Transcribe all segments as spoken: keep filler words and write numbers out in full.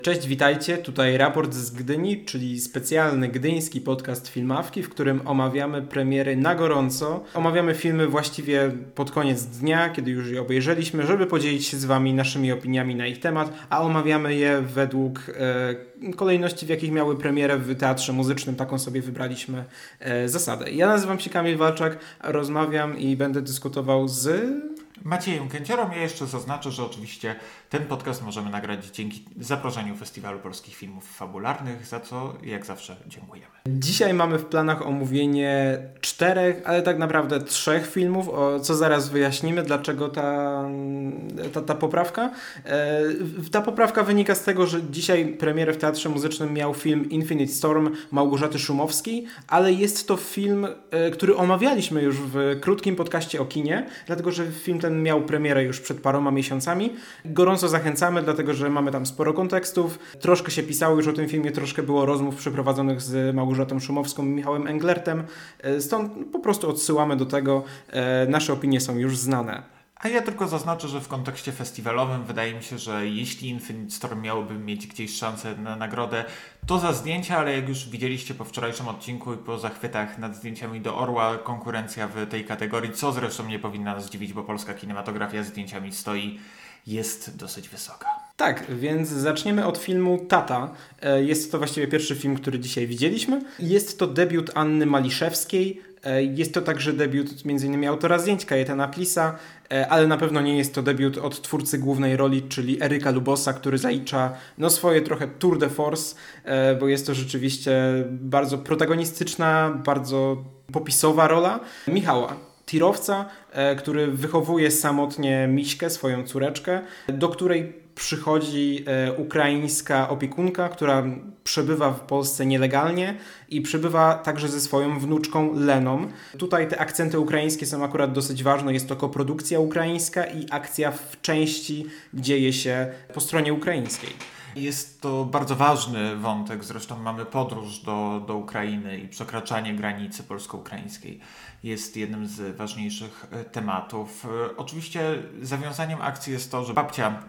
Cześć, witajcie. Tutaj raport z Gdyni, czyli specjalny gdyński podcast Filmawki, w którym omawiamy premiery na gorąco. Omawiamy filmy właściwie pod koniec dnia, kiedy już je obejrzeliśmy, żeby podzielić się z wami naszymi opiniami na ich temat, a omawiamy je według e, kolejności, w jakich miały premierę w teatrze muzycznym. Taką sobie wybraliśmy e, zasadę. Ja nazywam się Kamil Walczak, rozmawiam i będę dyskutował z... Maciejem Kęciorą. Ja jeszcze zaznaczę, że oczywiście ten podcast możemy nagrać dzięki zaproszeniu Festiwalu Polskich Filmów Fabularnych, za co jak zawsze dziękujemy. Dzisiaj mamy w planach omówienie czterech, ale tak naprawdę trzech filmów, o co zaraz wyjaśnimy, dlaczego ta, ta, ta poprawka. E, ta poprawka wynika z tego, że dzisiaj premierę w Teatrze Muzycznym miał film Infinite Storm Małgorzaty Szumowskiej, ale jest to film, e, który omawialiśmy już w krótkim podcaście o kinie, dlatego że film ten miał premierę już przed paroma miesiącami. Gorąco zachęcamy, dlatego że mamy tam sporo kontekstów. Troszkę się pisało już o tym filmie, troszkę było rozmów przeprowadzonych z Małgorzatą Szumowską i Michałem Englertem. Stąd po prostu odsyłamy do tego. Nasze opinie są już znane. A ja tylko zaznaczę, że w kontekście festiwalowym wydaje mi się, że jeśli Infinite Storm miałoby mieć gdzieś szansę na nagrodę, to za zdjęcia, ale jak już widzieliście po wczorajszym odcinku i po zachwytach nad zdjęciami do Orła, konkurencja w tej kategorii, co zresztą nie powinna nas zdziwić, bo polska kinematografia z zdjęciami stoi, jest dosyć wysoka. Tak, więc zaczniemy od filmu Tata. Jest to właściwie pierwszy film, który dzisiaj widzieliśmy. Jest to debiut Anny Maliszewskiej. Jest to także debiut m.in. autora zdjęć Kajetana Plisa, ale na pewno nie jest to debiut od twórcy głównej roli, czyli Eryka Lubosa, który zalicza no, swoje trochę tour de force, bo jest to rzeczywiście bardzo protagonistyczna, bardzo popisowa rola Michała, tirowca, który wychowuje samotnie Miśkę, swoją córeczkę, do której przychodzi e, ukraińska opiekunka, która przebywa w Polsce nielegalnie i przebywa także ze swoją wnuczką Leną. Tutaj te akcenty ukraińskie są akurat dosyć ważne. Jest to koprodukcja ukraińska i akcja w części dzieje się po stronie ukraińskiej. Jest to bardzo ważny wątek, zresztą mamy podróż do, do Ukrainy i przekraczanie granicy polsko-ukraińskiej jest jednym z ważniejszych tematów. Oczywiście zawiązaniem akcji jest to, że babcia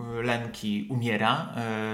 Lenki umiera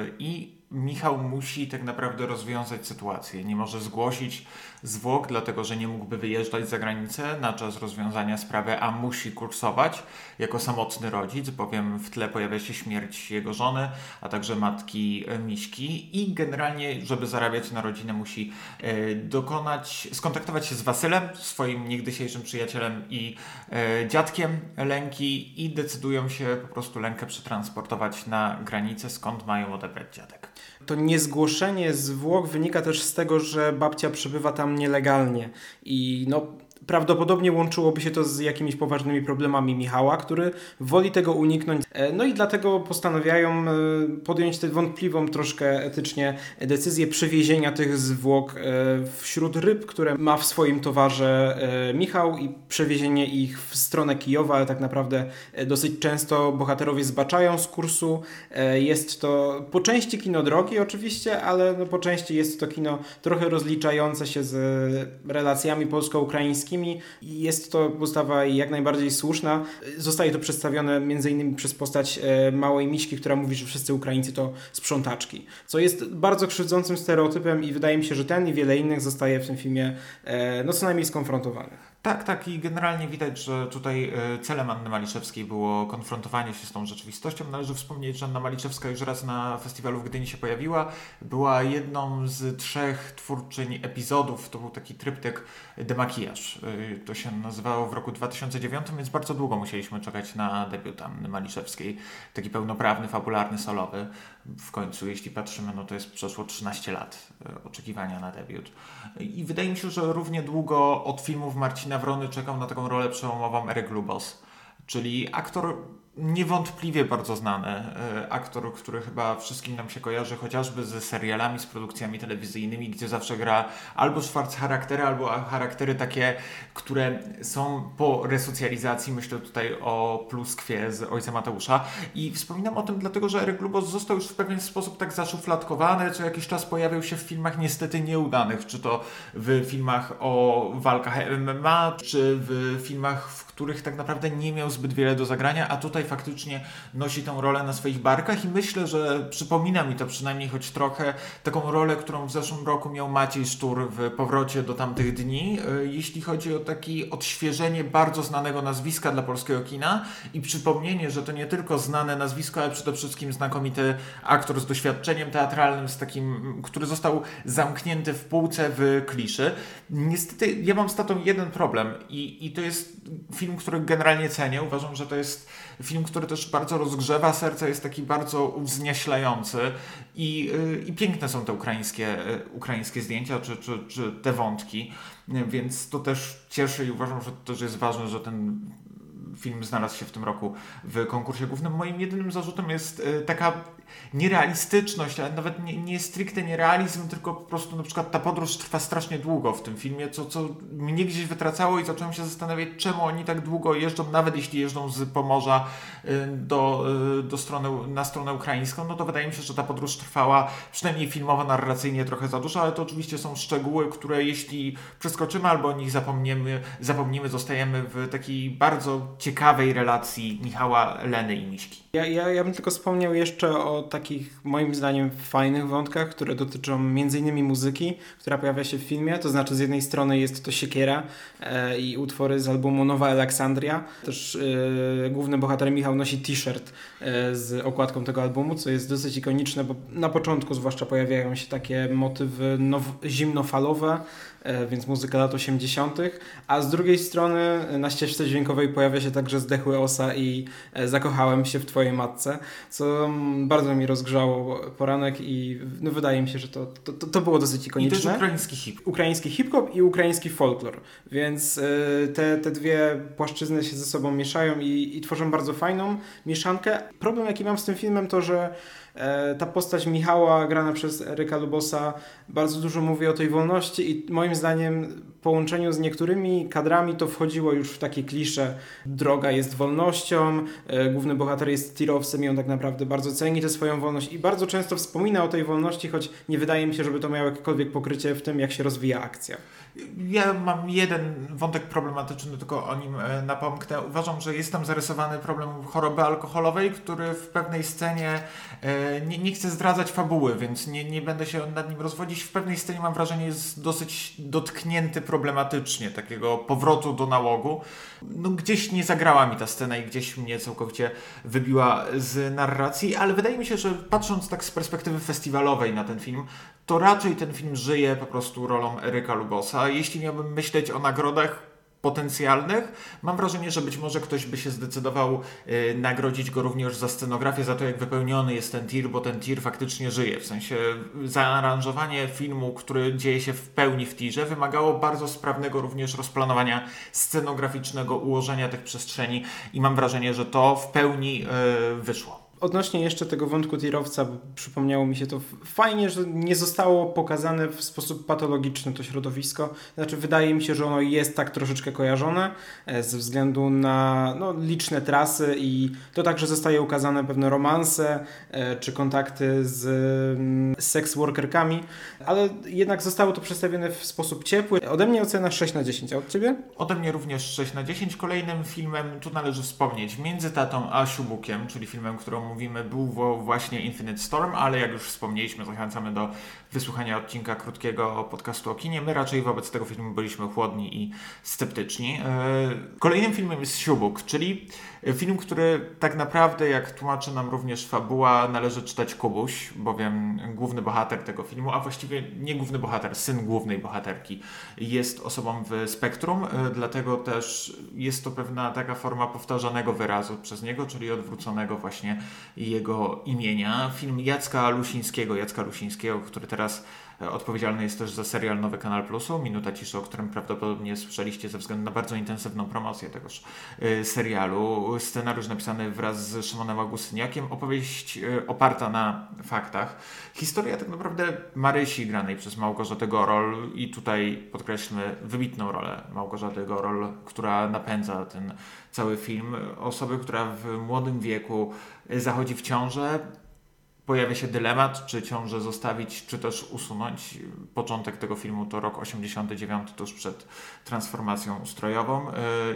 i Michał musi tak naprawdę rozwiązać sytuację. Nie może zgłosić zwłok, dlatego że nie mógłby wyjeżdżać za granicę na czas rozwiązania sprawy, a musi kursować jako samotny rodzic, bowiem w tle pojawia się śmierć jego żony, a także matki Miśki i generalnie, żeby zarabiać na rodzinę, musi e, dokonać, skontaktować się z Wasylem, swoim niegdysiejszym przyjacielem i e, dziadkiem Lenki i decydują się po prostu Lenkę przetransportować na granicę, skąd mają odebrać dziadek. To niezgłoszenie zwłok wynika też z tego, że babcia przebywa tam nielegalnie i no prawdopodobnie łączyłoby się to z jakimiś poważnymi problemami Michała, który woli tego uniknąć. No i dlatego postanawiają podjąć tę wątpliwą troszkę etycznie decyzję przewiezienia tych zwłok wśród ryb, które ma w swoim towarze Michał i przewiezienie ich w stronę Kijowa, ale tak naprawdę dosyć często bohaterowie zbaczają z kursu. Jest to po części kino drogie oczywiście, ale no po części jest to kino trochę rozliczające się z relacjami polsko-ukraińskimi. Jest to postawa jak najbardziej słuszna. Zostaje to przedstawione między innymi przez postać e, małej Miśki, która mówi, że wszyscy Ukraińcy to sprzątaczki. Co jest bardzo krzywdzącym stereotypem i wydaje mi się, że ten i wiele innych zostaje w tym filmie e, no co najmniej skonfrontowanych. Tak, tak i generalnie widać, że tutaj celem Anny Maliszewskiej było konfrontowanie się z tą rzeczywistością. Należy wspomnieć, że Anna Maliszewska już raz na festiwalu w Gdyni się pojawiła. Była jedną z trzech twórczyń epizodów, to był taki tryptyk Demakijaż. To się nazywało w roku dwa tysiące dziewiątym, więc bardzo długo musieliśmy czekać na debiut Anny Maliszewskiej. Taki pełnoprawny, fabularny, solowy. W końcu, jeśli patrzymy, no to jest przeszło trzynaście lat oczekiwania na debiut. I wydaje mi się, że równie długo od filmów Marcina Wrony czekał na taką rolę przełomową Eryk Lubos, czyli aktor niewątpliwie bardzo znany, aktor, który chyba wszystkim nam się kojarzy chociażby ze serialami, z produkcjami telewizyjnymi, gdzie zawsze gra albo szwarc charaktery, albo charaktery takie, które są po resocjalizacji. Myślę tutaj o Pluskwie z Ojca Mateusza i wspominam o tym dlatego, że Eryk Lubos został już w pewien sposób tak zaszufladkowany, co jakiś czas pojawiał się w filmach niestety nieudanych, czy to w filmach o walkach M M A, czy w filmach, w których tak naprawdę nie miał zbyt wiele do zagrania, a tutaj faktycznie nosi tę rolę na swoich barkach i myślę, że przypomina mi to przynajmniej choć trochę taką rolę, którą w zeszłym roku miał Maciej Sztur w Powrocie do tamtych dni, jeśli chodzi o takie odświeżenie bardzo znanego nazwiska dla polskiego kina i przypomnienie, że to nie tylko znane nazwisko, ale przede wszystkim znakomity aktor z doświadczeniem teatralnym, z takim, który został zamknięty w półce w kliszy. Niestety ja mam z tatą jeden problem i, i to jest film, który generalnie cenię. Uważam, że to jest film, który też bardzo rozgrzewa serce, jest taki bardzo uwznieślający i, i piękne są te ukraińskie, ukraińskie zdjęcia czy, czy, czy te wątki, więc to też cieszy i uważam, że to też jest ważne, że ten film znalazł się w tym roku w konkursie głównym. Moim jedynym zarzutem jest taka nierealistyczność, ale nawet nie, nie stricte nierealizm, tylko po prostu na przykład ta podróż trwa strasznie długo w tym filmie, co, co mnie gdzieś wytracało i zacząłem się zastanawiać, czemu oni tak długo jeżdżą, nawet jeśli jeżdżą z Pomorza do, do strony, na stronę ukraińską, no to wydaje mi się, że ta podróż trwała przynajmniej filmowo, narracyjnie trochę za dużo, ale to oczywiście są szczegóły, które jeśli przeskoczymy albo o nich zapomniemy, zapomnimy, zostajemy w takiej bardzo ciekawej relacji Michała, Leny i Miśki. Ja, ja, ja bym tylko wspomniał jeszcze o takich, moim zdaniem, fajnych wątkach, które dotyczą między innymi muzyki, która pojawia się w filmie. To znaczy, z jednej strony jest to Siekiera e, i utwory z albumu Nowa Aleksandria. Też e, główny bohater Michał nosi t-shirt e, z okładką tego albumu, co jest dosyć ikoniczne, bo na początku zwłaszcza pojawiają się takie motywy now- zimnofalowe, e, więc muzyka lat osiemdziesiątych. A z drugiej strony na ścieżce dźwiękowej pojawia się także Zdechły Osa i e, Zakochałem się w twojej matce, co bardzo mi rozgrzało poranek i no, wydaje mi się, że to, to, to było dosyć ikoniczne. I to jest ukraiński hip. Ukraiński hip-hop i ukraiński folklor, więc y, te, te dwie płaszczyzny się ze sobą mieszają i, i tworzą bardzo fajną mieszankę. Problem, jaki mam z tym filmem, to że e, ta postać Michała, grana przez Eryka Lubosa, bardzo dużo mówi o tej wolności i moim zdaniem w połączeniu z niektórymi kadrami to wchodziło już w takie klisze. Droga jest wolnością, e, główny bohater jest tirowcem i on tak naprawdę bardzo ceni tę swoją wolność i bardzo często wspomina o tej wolności, choć nie wydaje mi się, żeby to miało jakiekolwiek pokrycie w tym, jak się rozwija akcja. Ja mam jeden wątek problematyczny, tylko o nim napomknę. Uważam, że jest tam zarysowany problem choroby alkoholowej, który w pewnej scenie, nie, nie chcę zdradzać fabuły, więc nie, nie będę się nad nim rozwodzić. W pewnej scenie mam wrażenie, jest dosyć dotknięty problematycznie takiego powrotu do nałogu. No, gdzieś nie zagrała mi ta scena i gdzieś mnie całkowicie wybiła z narracji, ale wydaje mi się, że patrząc tak z perspektywy festiwalowej na ten film, to raczej ten film żyje po prostu rolą Eryka Lubosa. Jeśli miałbym myśleć o nagrodach potencjalnych, mam wrażenie, że być może ktoś by się zdecydował y, nagrodzić go również za scenografię, za to, jak wypełniony jest ten tir, bo ten tir faktycznie żyje. W sensie zaaranżowanie filmu, który dzieje się w pełni w tirze, wymagało bardzo sprawnego również rozplanowania scenograficznego, ułożenia tych przestrzeni i mam wrażenie, że to w pełni y, wyszło. Odnośnie jeszcze tego wątku tirowca, bo przypomniało mi się to fajnie, że nie zostało pokazane w sposób patologiczny to środowisko. Znaczy wydaje mi się, że ono jest tak troszeczkę kojarzone ze względu na no, liczne trasy i to także zostaje ukazane pewne romanse czy kontakty z sex workerkami, ale jednak zostało to przedstawione w sposób ciepły. Ode mnie ocena sześć na dziesięć, a od Ciebie? Ode mnie również sześć na dziesięć. Kolejnym filmem, tu należy wspomnieć, Między tatą a Siubukiem, czyli filmem, którą mówimy, był właśnie Infinite Storm, ale jak już wspomnieliśmy, zachęcamy do wysłuchania odcinka krótkiego podcastu o kinie. My raczej wobec tego filmu byliśmy chłodni i sceptyczni. Kolejnym filmem jest Siubuk, czyli film, który tak naprawdę, jak tłumaczy nam również fabuła, należy czytać Kubuś, bowiem główny bohater tego filmu, a właściwie nie główny bohater, syn głównej bohaterki, jest osobą w spektrum, dlatego też jest to pewna taka forma powtarzanego wyrazu przez niego, czyli odwróconego właśnie jego imienia. Film Jacka Lusińskiego, Jacka Lusińskiego, który teraz odpowiedzialny jest też za serial Nowy Kanal Plusu, Minuta Ciszy, o którym prawdopodobnie słyszeliście ze względu na bardzo intensywną promocję tegoż y, serialu. Scenariusz napisany wraz z Szymonem Augustyniakiem, opowieść y, oparta na faktach. Historia tak naprawdę Marysi, granej przez Małgorzatę Gorol, i tutaj podkreślmy wybitną rolę Małgorzaty Gorol, która napędza ten cały film. Osoby, która w młodym wieku zachodzi w ciążę, pojawia się dylemat, czy ciążę zostawić, czy też usunąć. Początek tego filmu to rok osiemdziesiąty dziewiąty, tuż przed transformacją ustrojową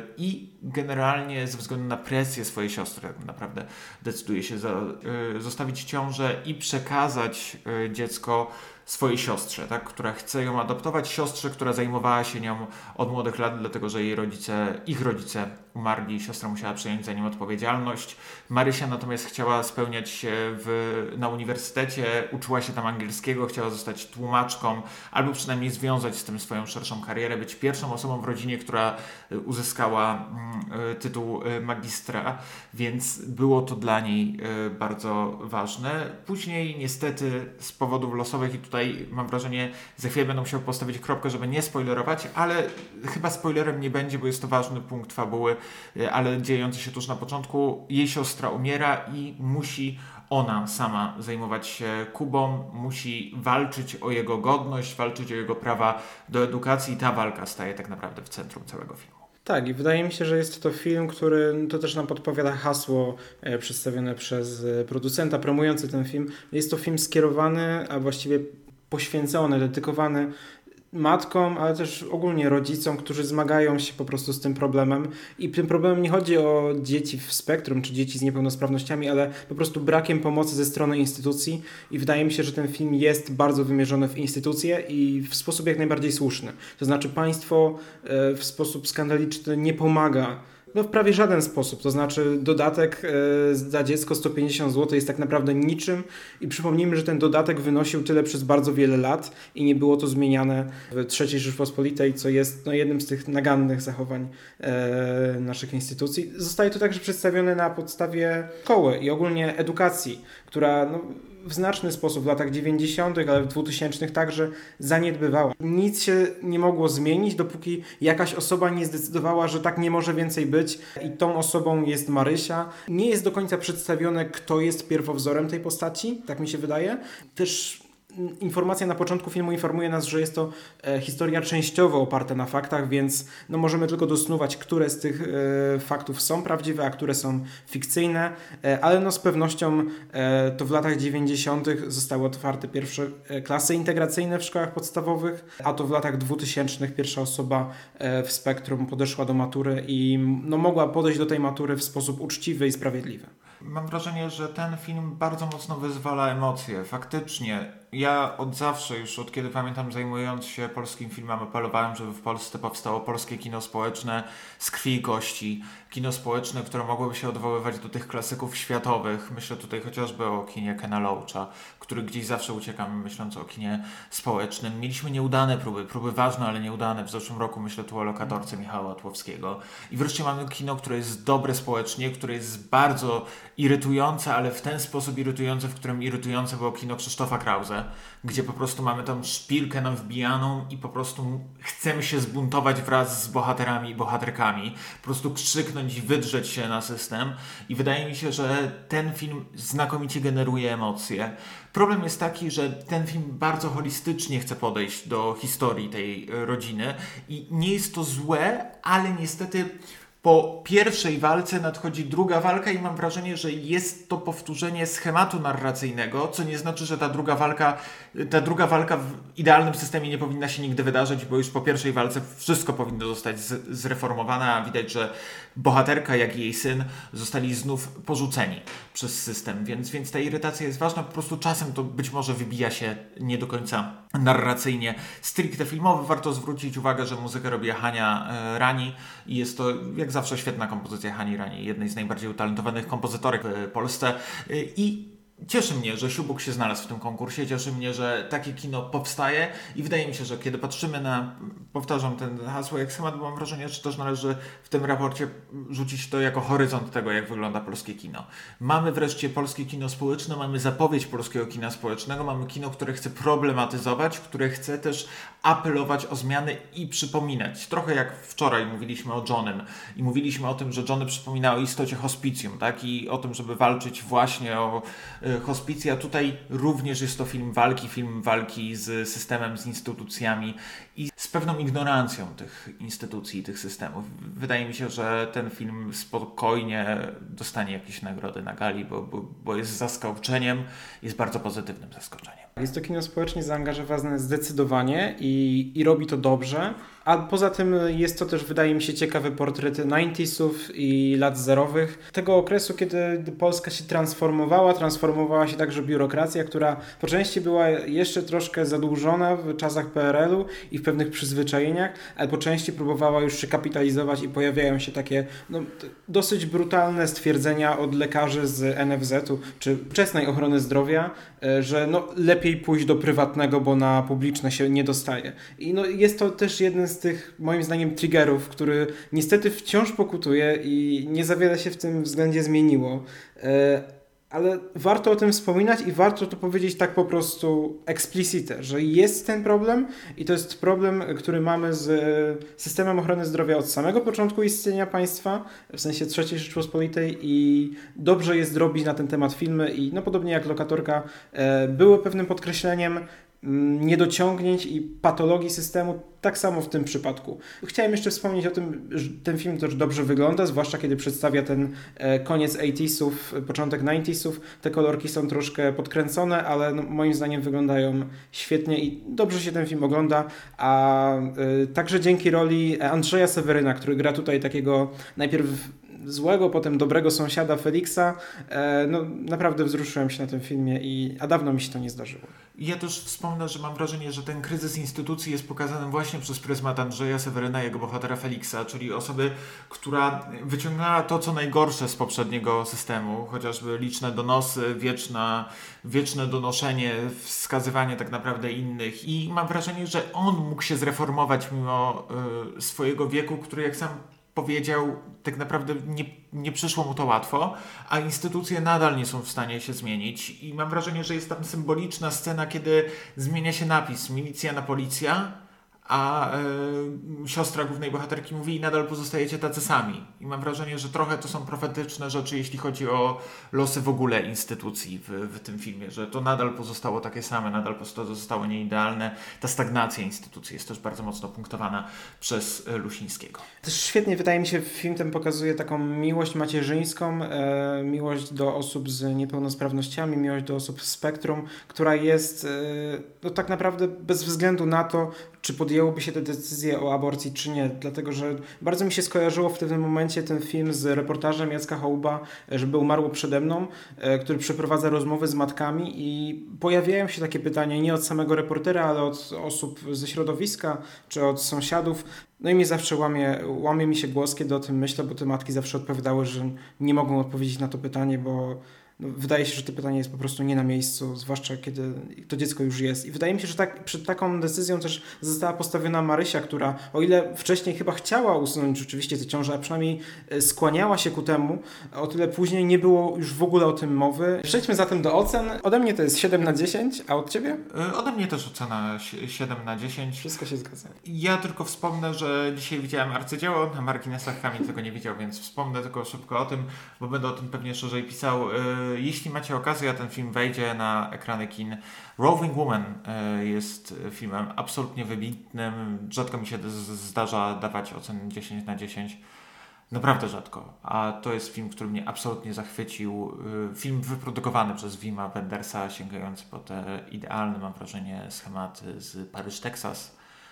i generalnie ze względu na presję swojej siostry tak naprawdę decyduje się za, zostawić ciążę i przekazać dziecko swojej siostrze, tak, która chce ją adoptować, siostrze, która zajmowała się nią od młodych lat, dlatego że jej rodzice, ich rodzice umarli i siostra musiała przejąć za nią odpowiedzialność. Marysia natomiast chciała spełniać się w, na uniwersytecie, uczyła się tam angielskiego, chciała zostać tłumaczką, albo przynajmniej związać z tym swoją szerszą karierę, być pierwszą osobą w rodzinie, która uzyskała y, tytuł y, magistra, więc było to dla niej y, bardzo ważne. Później niestety z powodów losowych i tutaj mam wrażenie, za chwilę będę musiał postawić kropkę, żeby nie spoilerować, ale chyba spoilerem nie będzie, bo jest to ważny punkt fabuły, ale dziejący się tuż na początku. Jej siostra umiera i musi ona sama zajmować się Kubą, musi walczyć o jego godność, walczyć o jego prawa do edukacji i ta walka staje tak naprawdę w centrum całego filmu. Tak, i wydaje mi się, że jest to film, który, to też nam podpowiada hasło e, przedstawione przez e, producenta promujący ten film. Jest to film skierowany, a właściwie poświęcony, dedykowany matkom, ale też ogólnie rodzicom, którzy zmagają się po prostu z tym problemem. I tym problemem nie chodzi o dzieci w spektrum, czy dzieci z niepełnosprawnościami, ale po prostu brakiem pomocy ze strony instytucji. I wydaje mi się, że ten film jest bardzo wymierzony w instytucje i w sposób jak najbardziej słuszny. To znaczy państwo w sposób skandaliczny nie pomaga. No w prawie żaden sposób, to znaczy dodatek e, za dziecko sto pięćdziesiąt złotych jest tak naprawdę niczym i przypomnijmy, że ten dodatek wynosił tyle przez bardzo wiele lat i nie było to zmieniane w trzeciej Rzeczpospolitej, co jest no, jednym z tych nagannych zachowań e, naszych instytucji. Zostaje to także przedstawione na podstawie szkoły i ogólnie edukacji, która no, w znaczny sposób w latach dziewięćdziesiątych, ale w dwutysięcznych także zaniedbywała. Nic się nie mogło zmienić, dopóki jakaś osoba nie zdecydowała, że tak nie może więcej być i tą osobą jest Marysia. Nie jest do końca przedstawione, kto jest pierwowzorem tej postaci, tak mi się wydaje. Też informacja na początku filmu informuje nas, że jest to e, historia częściowo oparta na faktach, więc no, możemy tylko dosnuwać, które z tych e, faktów są prawdziwe, a które są fikcyjne, e, ale no, z pewnością e, to w latach dziewięćdziesiątych zostały otwarte pierwsze e, klasy integracyjne w szkołach podstawowych, a to w latach dwutysięcznych pierwsza osoba e, w spektrum podeszła do matury i no, mogła podejść do tej matury w sposób uczciwy i sprawiedliwy. Mam wrażenie, że ten film bardzo mocno wyzwala emocje. Faktycznie, ja od zawsze, już od kiedy pamiętam, zajmując się polskim filmem, apelowałem, żeby w Polsce powstało polskie kino społeczne z krwi i kości. Kino społeczne, które mogłoby się odwoływać do tych klasyków światowych. Myślę tutaj chociażby o kinie Kena Loacha, który gdzieś zawsze uciekamy, myśląc o kinie społecznym. Mieliśmy nieudane próby, próby ważne, ale nieudane. W zeszłym roku myślę tu o Lokatorce Michała Łotłowskiego. I wreszcie mamy kino, które jest dobre społecznie, które jest bardzo irytujące, ale w ten sposób irytujące, w którym irytujące było kino Krzysztofa Krause, gdzie po prostu mamy tą szpilkę nam wbijaną i po prostu chcemy się zbuntować wraz z bohaterami i bohaterkami, po prostu krzyknąć i wydrzeć się na system i wydaje mi się, że ten film znakomicie generuje emocje. Problem jest taki, że ten film bardzo holistycznie chce podejść do historii tej rodziny i nie jest to złe, ale niestety po pierwszej walce nadchodzi druga walka i mam wrażenie, że jest to powtórzenie schematu narracyjnego, co nie znaczy, że ta druga walka, ta druga walka w idealnym systemie nie powinna się nigdy wydarzyć, bo już po pierwszej walce wszystko powinno zostać z, zreformowane, a widać, że bohaterka, jak i jej syn zostali znów porzuceni przez system, więc, więc ta irytacja jest ważna, po prostu czasem to być może wybija się nie do końca narracyjnie. Stricte filmowo warto zwrócić uwagę, że muzykę robi Hania e, Rani i jest to jak zawsze świetna kompozycja Hani Rani, jednej z najbardziej utalentowanych kompozytorek w Polsce i cieszy mnie, że Siubuk się znalazł w tym konkursie, cieszy mnie, że takie kino powstaje i wydaje mi się, że kiedy patrzymy na, powtarzam ten hasło jak schemat, bo mam wrażenie, że też należy w tym raporcie rzucić to jako horyzont tego, jak wygląda polskie kino. Mamy wreszcie polskie kino społeczne, mamy zapowiedź polskiego kina społecznego, mamy kino, które chce problematyzować, które chce też apelować o zmiany i przypominać. Trochę jak wczoraj mówiliśmy o Johnem i mówiliśmy o tym, że Johnny przypomina o istocie hospicjum, tak? I o tym, żeby walczyć właśnie o hospicja. Tutaj również jest to film walki, film walki z systemem, z instytucjami i z pewną ignorancją tych instytucji, tych systemów. Wydaje mi się, że ten film spokojnie dostanie jakieś nagrody na gali, bo, bo, bo jest zaskoczeniem, jest bardzo pozytywnym zaskoczeniem. Jest to kino społecznie zaangażowane zdecydowanie i, i robi to dobrze, a poza tym jest to też, wydaje mi się, ciekawy portret dziewięćdziesiątych i lat zerowych. Tego okresu, kiedy Polska się transformowała, transformowała się także biurokracja, która po części była jeszcze troszkę zadłużona w czasach P R L u i w pewnych przyzwyczajeniach, ale po części próbowała już się kapitalizować i pojawiają się takie no, dosyć brutalne stwierdzenia od lekarzy z N F Z u czy wczesnej ochrony zdrowia, że no, lepiej pójść do prywatnego, bo na publiczne się nie dostaje. I no, jest to też jeden z tych, moim zdaniem, triggerów, który niestety wciąż pokutuje i nie za wiele się w tym względzie zmieniło. Ale warto o tym wspominać i warto to powiedzieć tak po prostu explicite, że jest ten problem i to jest problem, który mamy z systemem ochrony zdrowia od samego początku istnienia państwa, w sensie trzeciej Rzeczpospolitej, i dobrze jest robić na ten temat filmy i no podobnie jak Lokatorka były pewnym podkreśleniem niedociągnięć i patologii systemu, tak samo w tym przypadku. Chciałem jeszcze wspomnieć o tym, że ten film też dobrze wygląda, zwłaszcza kiedy przedstawia ten koniec osiemdziesiątych, początek dziewięćdziesiątych. Te kolorki są troszkę podkręcone, ale no, moim zdaniem wyglądają świetnie i dobrze się ten film ogląda, a y, także dzięki roli Andrzeja Seweryna, który gra tutaj takiego najpierw złego, potem dobrego sąsiada Feliksa. E, no naprawdę wzruszyłem się na tym filmie i a dawno mi się to nie zdarzyło. Ja też wspomnę, że mam wrażenie, że ten kryzys instytucji jest pokazany właśnie przez pryzmat Andrzeja Seweryna, jego bohatera Feliksa, czyli osoby, która wyciągnęła to, co najgorsze z poprzedniego systemu, chociażby liczne donosy, wieczna, wieczne donoszenie, wskazywanie tak naprawdę innych, i mam wrażenie, że on mógł się zreformować mimo y, swojego wieku, który, jak sam powiedział, tak naprawdę nie, nie przyszło mu to łatwo, a instytucje nadal nie są w stanie się zmienić i mam wrażenie, że jest tam symboliczna scena, kiedy zmienia się napis milicja na policja, a y, siostra głównej bohaterki mówi: i nadal pozostajecie tacy sami. I mam wrażenie, że trochę to są profetyczne rzeczy, jeśli chodzi o losy w ogóle instytucji w, w tym filmie, że to nadal pozostało takie same, nadal pozostało nieidealne. Ta stagnacja instytucji jest też bardzo mocno punktowana przez Lusińskiego. Też świetnie, wydaje mi się, film ten pokazuje taką miłość macierzyńską, e, miłość do osób z niepełnosprawnościami, miłość do osób w spektrum, która jest e, no tak naprawdę bez względu na to, czy podjęłoby się te decyzje o aborcji, czy nie. Dlatego, że bardzo mi się skojarzyło w tym momencie ten film z reportażem Jacka Hołuba, żeby umarło przede mną, który przeprowadza rozmowy z matkami i pojawiają się takie pytania nie od samego reportera, ale od osób ze środowiska, czy od sąsiadów. No i mnie zawsze łamie, łamie mi się głos, kiedy o tym myślę, bo te matki zawsze odpowiadały, że nie mogą odpowiedzieć na to pytanie, bo no, wydaje się, że to pytanie jest po prostu nie na miejscu, zwłaszcza kiedy to dziecko już jest. I wydaje mi się, że tak, przed taką decyzją też została postawiona Marysia, która o ile wcześniej chyba chciała usunąć rzeczywiście tę ciążę, a przynajmniej skłaniała się ku temu, o tyle później nie było już w ogóle o tym mowy. Przejdźmy zatem do ocen. Ode mnie to jest siedem na dziesięć, a od Ciebie? Ode mnie też ocena siedem na dziesięć. Wszystko się zgadza. Ja tylko wspomnę, że dzisiaj widziałem arcydzieło, na marginesach Kamil tego nie widział, więc wspomnę tylko szybko o tym, bo będę o tym pewnie szerzej pisał. Jeśli macie okazję, a ten film wejdzie na ekrany kin, Roving Woman jest filmem absolutnie wybitnym. Rzadko mi się zdarza dawać oceny dziesięć na dziesięć. Naprawdę rzadko. A to jest film, który mnie absolutnie zachwycił. Film wyprodukowany przez Wima Wendersa, sięgający po te idealne, mam wrażenie, schematy z Paryż, Teksas,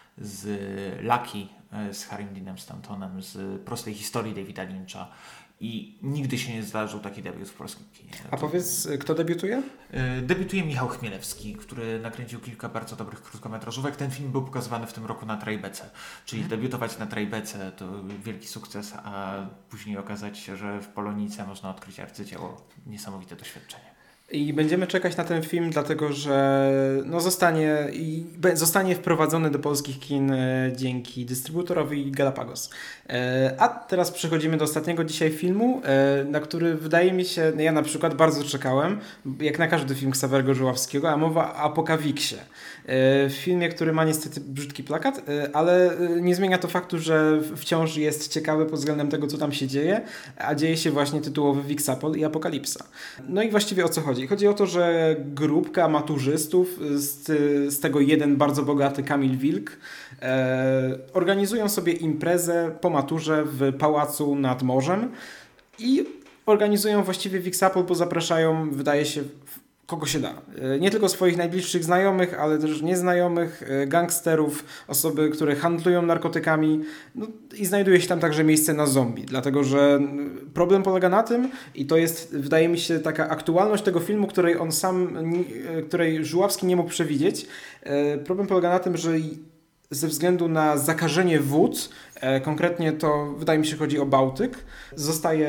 z Lucky, z Harrym Deanem Stantonem, z Prostej historii Davida Lyncha. I nigdy się nie zdarzył taki debiut w polskim kinie. A powiedz, kto debiutuje? Debiutuje Michał Chmielewski, który nakręcił kilka bardzo dobrych krótkometrażówek. Ten film był pokazywany w tym roku na Trajbece. Czyli hmm. debiutować na Trajbece to wielki sukces, a później okazać się, że w Polonice można odkryć arcydzieło. Niesamowite doświadczenie. I będziemy czekać na ten film, dlatego że no zostanie, i zostanie wprowadzony do polskich kin e, dzięki dystrybutorowi Galapagos. E, a teraz przechodzimy do ostatniego dzisiaj filmu, e, na który wydaje mi się, no ja na przykład bardzo czekałem, jak na każdy film Ksawerego Żuławskiego, a mowa o Apokawiksie. E, w filmie, który ma niestety brzydki plakat, e, ale nie zmienia to faktu, że wciąż jest ciekawy pod względem tego, co tam się dzieje, a dzieje się właśnie tytułowy Wiksapol i Apokalipsa. No i właściwie o co chodzi? chodzi? Chodzi o to, że grupka maturzystów, z, z tego jeden bardzo bogaty Kamil Wilk, e, organizują sobie imprezę po maturze w pałacu nad morzem i organizują właściwie Fix-Apple, bo zapraszają, wydaje się, kogo się da. Nie tylko swoich najbliższych znajomych, ale też nieznajomych, gangsterów, osoby, które handlują narkotykami. No, i znajduje się tam także miejsce na zombie, dlatego że problem polega na tym, i to jest, wydaje mi się, taka aktualność tego filmu, której on sam, której Żuławski nie mógł przewidzieć. Problem polega na tym, że ze względu na zakażenie wód, konkretnie to wydaje mi się chodzi o Bałtyk, zostaje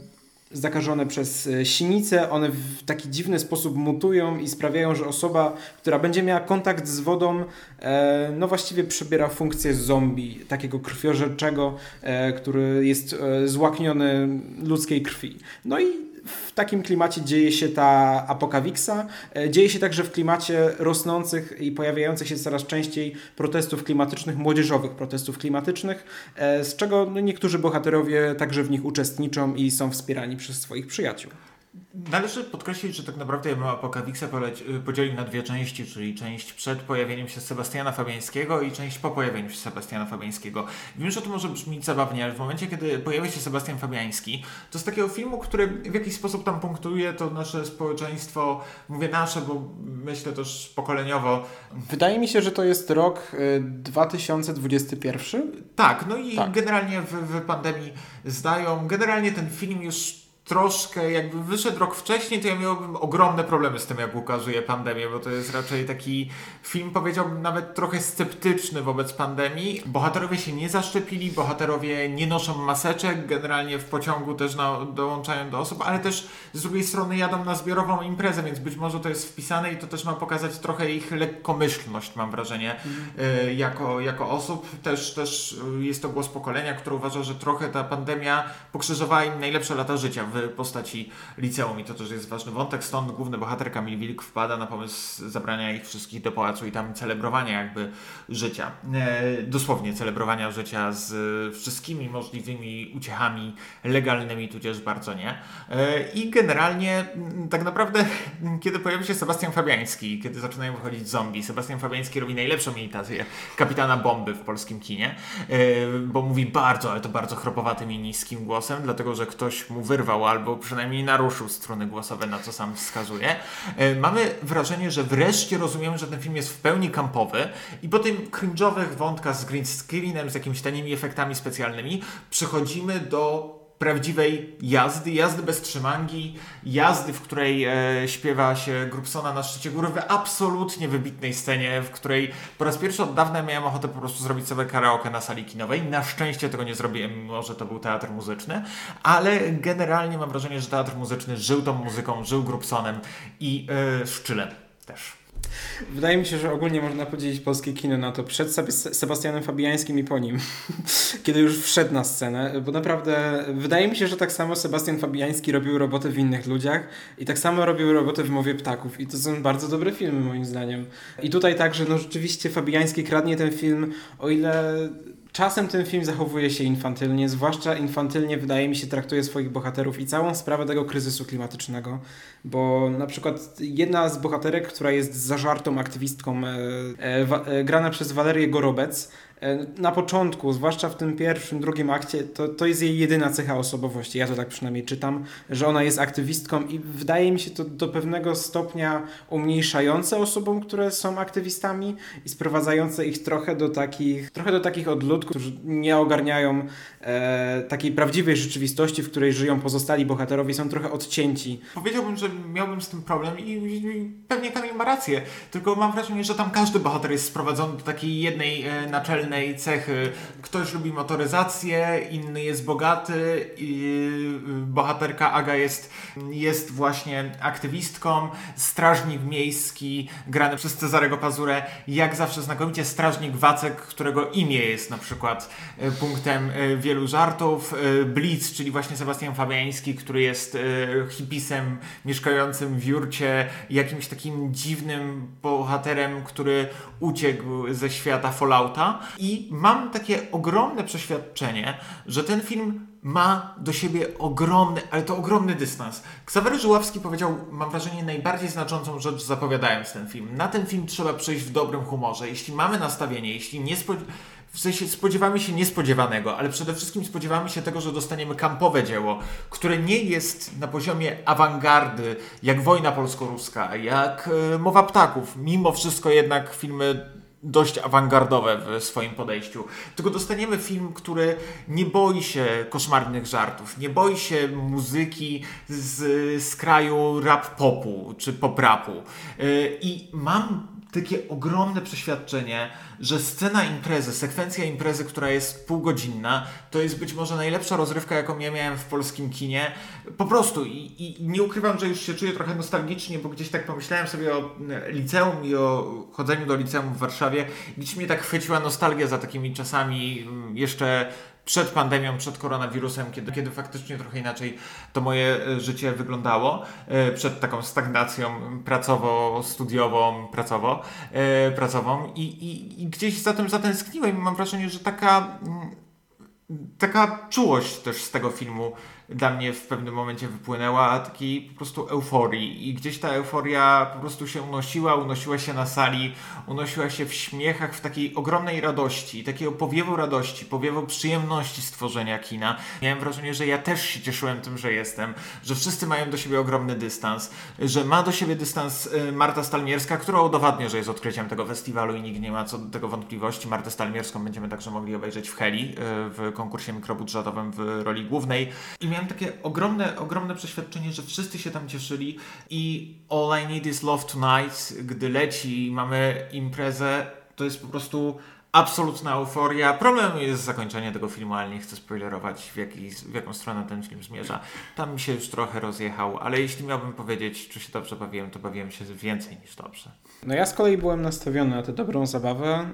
zakażone przez sinice, one w taki dziwny sposób mutują i sprawiają, że osoba, która będzie miała kontakt z wodą, e, no właściwie przybiera funkcję zombie, takiego krwiożerczego, e, który jest e, złakniony ludzkiej krwi. No i w takim klimacie dzieje się ta apokawiksa. Dzieje się także w klimacie rosnących i pojawiających się coraz częściej protestów klimatycznych, młodzieżowych protestów klimatycznych, z czego no, niektórzy bohaterowie także w nich uczestniczą i są wspierani przez swoich przyjaciół. Należy podkreślić, że tak naprawdę ja bym Apokawiksę podzielił na dwie części, czyli część przed pojawieniem się Sebastiana Fabiańskiego i część po pojawieniu się Sebastiana Fabiańskiego. Wiem, że to może brzmieć zabawnie, ale w momencie, kiedy pojawia się Sebastian Fabiański, to z takiego filmu, który w jakiś sposób tam punktuje to nasze społeczeństwo, mówię nasze, bo myślę też pokoleniowo. Wydaje mi się, że to jest rok dwa tysiące dwudziesty pierwszy. Tak, no i tak. generalnie w, w pandemii zdają, generalnie ten film już troszkę, jakby wyszedł rok wcześniej, to ja miałbym ogromne problemy z tym, jak ukazuje pandemię, bo to jest raczej taki film, powiedziałbym, nawet trochę sceptyczny wobec pandemii. Bohaterowie się nie zaszczepili, bohaterowie nie noszą maseczek, generalnie w pociągu też na, dołączają do osób, ale też z drugiej strony jadą na zbiorową imprezę, więc być może to jest wpisane i to też ma pokazać trochę ich lekkomyślność, mam wrażenie, mm. y, jako, jako osób. Też, też jest to głos pokolenia, które uważa, że trochę ta pandemia pokrzyżowała im najlepsze lata życia w postaci liceum i to też jest ważny wątek, stąd główny bohater Kamil Wilk wpada na pomysł zabrania ich wszystkich do pałacu i tam celebrowania jakby życia. E, dosłownie celebrowania życia z wszystkimi możliwymi uciechami legalnymi, tudzież bardzo nie. E, I generalnie tak naprawdę kiedy pojawi się Sebastian Fabiański, kiedy zaczynają wychodzić zombie, Sebastian Fabiański robi najlepszą imitację kapitana Bomby w polskim kinie, e, bo mówi bardzo, ale to bardzo chropowatym i niskim głosem, dlatego że ktoś mu wyrwał albo przynajmniej naruszył struny głosowe, na co sam wskazuje. Mamy wrażenie, że wreszcie rozumiemy, że ten film jest w pełni kampowy i po tym cringe'owych wątkach z green screenem, z jakimiś tanimi efektami specjalnymi, przechodzimy do prawdziwej jazdy, jazdy bez trzymangi, jazdy, w której e, śpiewa się Grubsona na szczycie góry w absolutnie wybitnej scenie, w której po raz pierwszy od dawna miałem ochotę po prostu zrobić sobie karaoke na sali kinowej. Na szczęście tego nie zrobiłem, mimo że to był teatr muzyczny, ale generalnie mam wrażenie, że teatr muzyczny żył tą muzyką, żył Grubsonem i e, Szczylem też. Wydaje mi się, że ogólnie można podzielić polskie kino na to przed Sebastianem Fabiańskim i po nim, kiedy już wszedł na scenę, bo naprawdę wydaje mi się, że tak samo Sebastian Fabiański robił robotę w Innych ludziach i tak samo robił robotę w Mowie ptaków i to są bardzo dobre filmy moim zdaniem. I tutaj także, no rzeczywiście Fabiański kradnie ten film, o ile czasem ten film zachowuje się infantylnie, zwłaszcza infantylnie wydaje mi się traktuje swoich bohaterów i całą sprawę tego kryzysu klimatycznego, bo na przykład jedna z bohaterek, która jest zażartą aktywistką, e, e, e, grana przez Walerię Gorobec, e, na początku, zwłaszcza w tym pierwszym, drugim akcie, to, to jest jej jedyna cecha osobowości, ja to tak przynajmniej czytam, że ona jest aktywistką i wydaje mi się to do pewnego stopnia umniejszające osobom, które są aktywistami i sprowadzające ich trochę do takich, trochę do takich odludków, którzy nie ogarniają e, takiej prawdziwej rzeczywistości, w której żyją pozostali bohaterowie, są trochę odcięci. Powiedziałbym, że miałbym z tym problem i, i pewnie Kamil ma rację, tylko mam wrażenie, że tam każdy bohater jest sprowadzony do takiej jednej e, naczelnej cechy. Ktoś lubi motoryzację, inny jest bogaty, i bohaterka Aga jest, jest właśnie aktywistką, strażnik miejski grany przez Cezarego Pazurę, jak zawsze znakomicie strażnik Wacek, którego imię jest na przykład e, punktem e, wielu żartów, e, Blitz, czyli właśnie Sebastian Fabiański, który jest e, hipisem mieszkającym w jurcie, jakimś takim dziwnym bohaterem, który uciekł ze świata Fallouta i mam takie ogromne przeświadczenie, że ten film ma do siebie ogromny, ale to ogromny dystans. Ksawery Żuławski powiedział, mam wrażenie, najbardziej znaczącą rzecz, zapowiadając ten film. Na ten film trzeba przyjść w dobrym humorze. Jeśli mamy nastawienie, jeśli nie spod... w sensie spodziewamy się niespodziewanego, ale przede wszystkim spodziewamy się tego, że dostaniemy kampowe dzieło, które nie jest na poziomie awangardy, jak Wojna polsko-ruska, jak y, Mowa ptaków. Mimo wszystko jednak filmy dość awangardowe w swoim podejściu. Tylko dostaniemy film, który nie boi się koszmarnych żartów, nie boi się muzyki z, z kraju rap popu czy pop rapu. Yy, I mam takie ogromne przeświadczenie, że scena imprezy, sekwencja imprezy, która jest półgodzinna, to jest być może najlepsza rozrywka, jaką ja miałem w polskim kinie. Po prostu. I, i nie ukrywam, że już się czuję trochę nostalgicznie, bo gdzieś tak pomyślałem sobie o liceum i o chodzeniu do liceum w Warszawie. Gdzieś mnie tak chwyciła nostalgia za takimi czasami jeszcze przed pandemią, przed koronawirusem, kiedy, kiedy faktycznie trochę inaczej to moje życie wyglądało, przed taką stagnacją pracowo-studiową, pracowo, pracową i, i, i gdzieś za tym zatęskniłem i mam wrażenie, że taka, taka czułość też z tego filmu dla mnie w pewnym momencie wypłynęła, takiej po prostu euforii i gdzieś ta euforia po prostu się unosiła, unosiła się na sali, unosiła się w śmiechach, w takiej ogromnej radości, takiego powiewu radości, powiewu przyjemności stworzenia kina. Miałem wrażenie, że ja też się cieszyłem tym, że jestem, że wszyscy mają do siebie ogromny dystans, że ma do siebie dystans Marta Stalmierska, która udowadnia, że jest odkryciem tego festiwalu i nikt nie ma co do tego wątpliwości. Martę Stalmierską będziemy także mogli obejrzeć w Heli, w konkursie mikrobudżetowym w roli głównej. I miałem takie ogromne, ogromne przeświadczenie, że wszyscy się tam cieszyli i All I Need Is Love Tonight, gdy leci i mamy imprezę, to jest po prostu absolutna euforia. Problemem jest zakończenie tego filmu, ale nie chcę spoilerować, w, jaki, w jaką stronę ten film zmierza. Tam mi się już trochę rozjechał, ale jeśli miałbym powiedzieć, czy się dobrze bawiłem, to bawiłem się więcej niż dobrze. No ja z kolei byłem nastawiony na tę dobrą zabawę,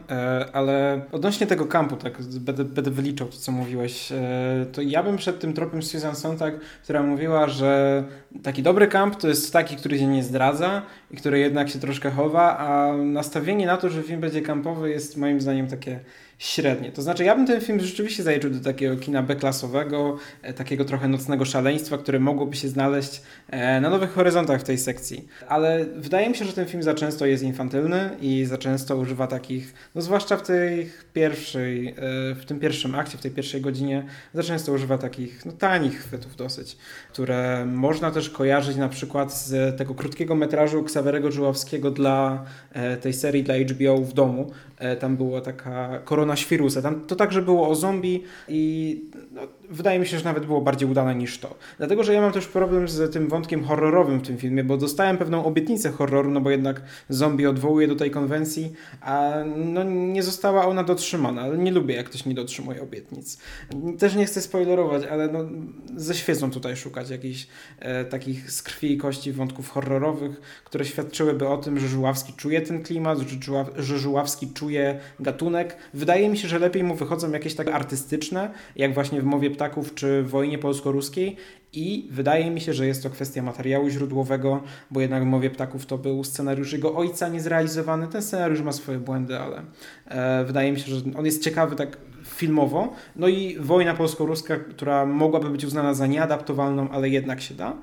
ale odnośnie tego kampu, tak będę, będę wyliczał to, co mówiłeś, to ja bym przed tym tropem Susan Sontag, która mówiła, że taki dobry kamp to jest taki, który się nie zdradza i który jednak się troszkę chowa, a nastawienie na to, że film będzie kampowy, jest moim zdaniem takie średnie. To znaczy, ja bym ten film rzeczywiście zaliczył do takiego kina B-klasowego, takiego trochę nocnego szaleństwa, które mogłoby się znaleźć na Nowych Horyzontach w tej sekcji. Ale wydaje mi się, że ten film za często jest infantylny i za często używa takich, no zwłaszcza w tej pierwszej, w tym pierwszym akcie, w tej pierwszej godzinie, za często używa takich, no tanich chwytów dosyć, które można też kojarzyć na przykład z tego krótkiego metrażu Ksawerego Żuławskiego dla tej serii dla H B O W domu. Tam była taka Korona Świrusa. Tam to także było o zombie i no, wydaje mi się, że nawet było bardziej udane niż to. Dlatego, że ja mam też problem z tym wątkiem horrorowym w tym filmie, bo dostałem pewną obietnicę horroru, no bo jednak zombie odwołuje do tej konwencji, a no, nie została ona dotrzymana. Ale nie lubię, jak ktoś nie dotrzymuje obietnic. Też nie chcę spoilerować, ale no, ze świecą tutaj szukać jakichś e, takich z krwi i kości wątków horrorowych, które świadczyłyby o tym, że Żuławski czuje ten klimat, że, Żuław, że Żuławski czuje gatunek. Wydaje mi się, że lepiej mu wychodzą jakieś tak artystyczne, jak właśnie w Mowie ptaków czy w Wojnie polsko-ruskiej i wydaje mi się, że jest to kwestia materiału źródłowego, bo jednak w Mowie ptaków to był scenariusz jego ojca niezrealizowany. Ten scenariusz ma swoje błędy, ale e, wydaje mi się, że on jest ciekawy tak filmowo. No i Wojna polsko-ruska, która mogłaby być uznana za nieadaptowalną, ale jednak się da.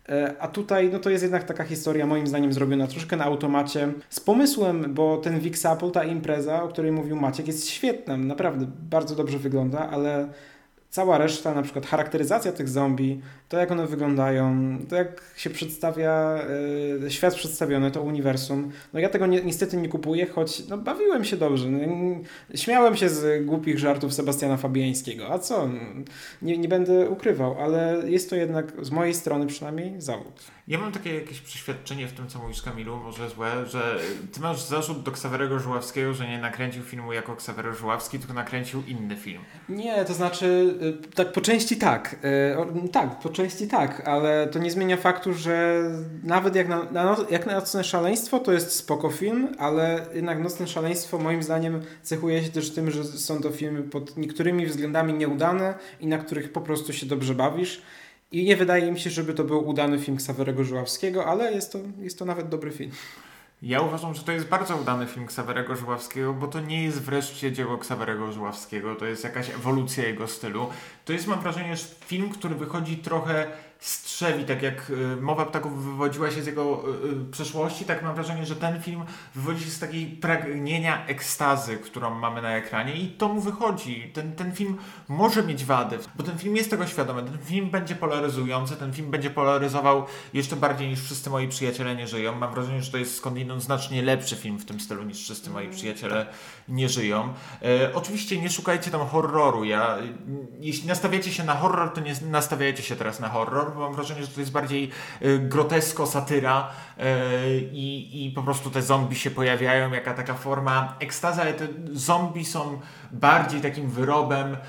A tutaj no to jest jednak taka historia moim zdaniem zrobiona troszkę na automacie z pomysłem, bo ten Vix Apple, ta impreza, o której mówił Maciek, jest świetna, naprawdę bardzo dobrze wygląda, ale cała reszta, na przykład charakteryzacja tych zombie, to jak one wyglądają, to jak się przedstawia e, świat przedstawiony, to uniwersum, no ja tego ni- niestety nie kupuję, choć no, bawiłem się dobrze. No, śmiałem się z głupich żartów Sebastiana Fabiańskiego, a co? Nie, nie będę ukrywał, ale jest to jednak z mojej strony przynajmniej zawód. Ja mam takie jakieś przeświadczenie w tym, co mówisz, Kamilu, może złe, że ty masz zarzut do Ksawerego Żuławskiego, że nie nakręcił filmu jako Ksawery Żuławski, tylko nakręcił inny film. Nie, to znaczy tak po części tak. Yy, tak, po części tak, ale to nie zmienia faktu, że nawet jak na, na, jak na Nocne Szaleństwo to jest spoko film, ale jednak Nocne Szaleństwo moim zdaniem cechuje się też tym, że są to filmy pod niektórymi względami nieudane i na których po prostu się dobrze bawisz. I nie wydaje mi się, żeby to był udany film Ksawerego Żuławskiego, ale jest to, jest to nawet dobry film. Ja uważam, że to jest bardzo udany film Ksawerego Żuławskiego, bo to nie jest wreszcie dzieło Ksawerego Żuławskiego, to jest jakaś ewolucja jego stylu. To jest, mam wrażenie, że film, który wychodzi trochę z trzewi, tak jak y, Mowa Ptaków wywodziła się z jego y, y, przeszłości, tak mam wrażenie, że ten film wywodzi się z takiej pragnienia ekstazy, którą mamy na ekranie i to mu wychodzi. Ten, ten film może mieć wady, bo ten film jest tego świadomy, ten film będzie polaryzujący, ten film będzie polaryzował jeszcze bardziej niż Wszyscy moi przyjaciele nie żyją. Mam wrażenie, że to jest skądinąd znacznie lepszy film w tym stylu niż Wszyscy moi przyjaciele nie żyją. E, oczywiście nie szukajcie tam horroru. Ja, jeśli nastawiacie się na horror, to nie nastawiajcie się teraz na horror, bo mam wrażenie, że to jest bardziej y, grotesko, satyra y, i, i po prostu te zombie się pojawiają, jaka taka forma ekstazy, ale te zombie są bardziej takim wyrobem y,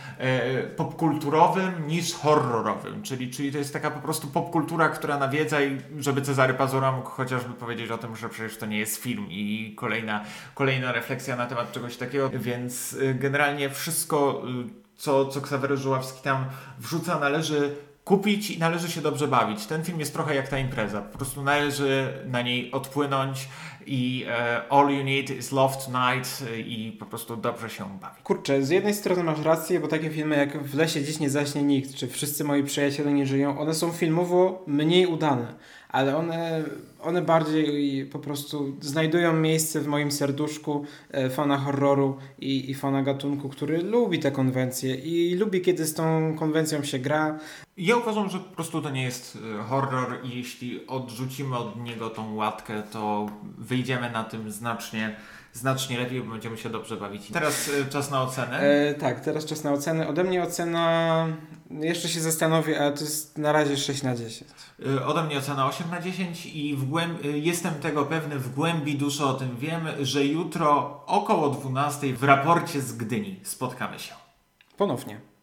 popkulturowym niż horrorowym, czyli, czyli to jest taka po prostu popkultura, która nawiedza i żeby Cezary Pazura mógł chociażby powiedzieć o tym, że przecież to nie jest film i kolejna, kolejna refleksja na temat czegoś takiego, więc y, generalnie wszystko, y, co, co Ksawery Żuławski tam wrzuca, należy kupić i należy się dobrze bawić. Ten film jest trochę jak ta impreza. Po prostu należy na niej odpłynąć i e, all you need is love tonight e, i po prostu dobrze się bawić. Kurczę, z jednej strony masz rację, bo takie filmy jak W lesie dziś nie zaśnie nikt, czy Wszyscy moi przyjaciele nie żyją, one są filmowo mniej udane, ale one, one bardziej po prostu znajdują miejsce w moim serduszku e, fana horroru i, i fana gatunku, który lubi te konwencje i lubi, kiedy z tą konwencją się gra. Ja uważam, że po prostu to nie jest horror i jeśli odrzucimy od niego tą łatkę, to wyjdziemy na tym znacznie, znacznie lepiej, bo będziemy się dobrze bawić. Teraz y, czas na ocenę. E, tak, teraz czas na ocenę. Ode mnie ocena, jeszcze się zastanowię, ale to jest na razie sześć na dziesięć. Y, ode mnie ocena osiem na dziesięć i w głęb- y, jestem tego pewny, w głębi duszy o tym wiem, że jutro około dwunastej w raporcie z Gdyni spotkamy się. Ponownie.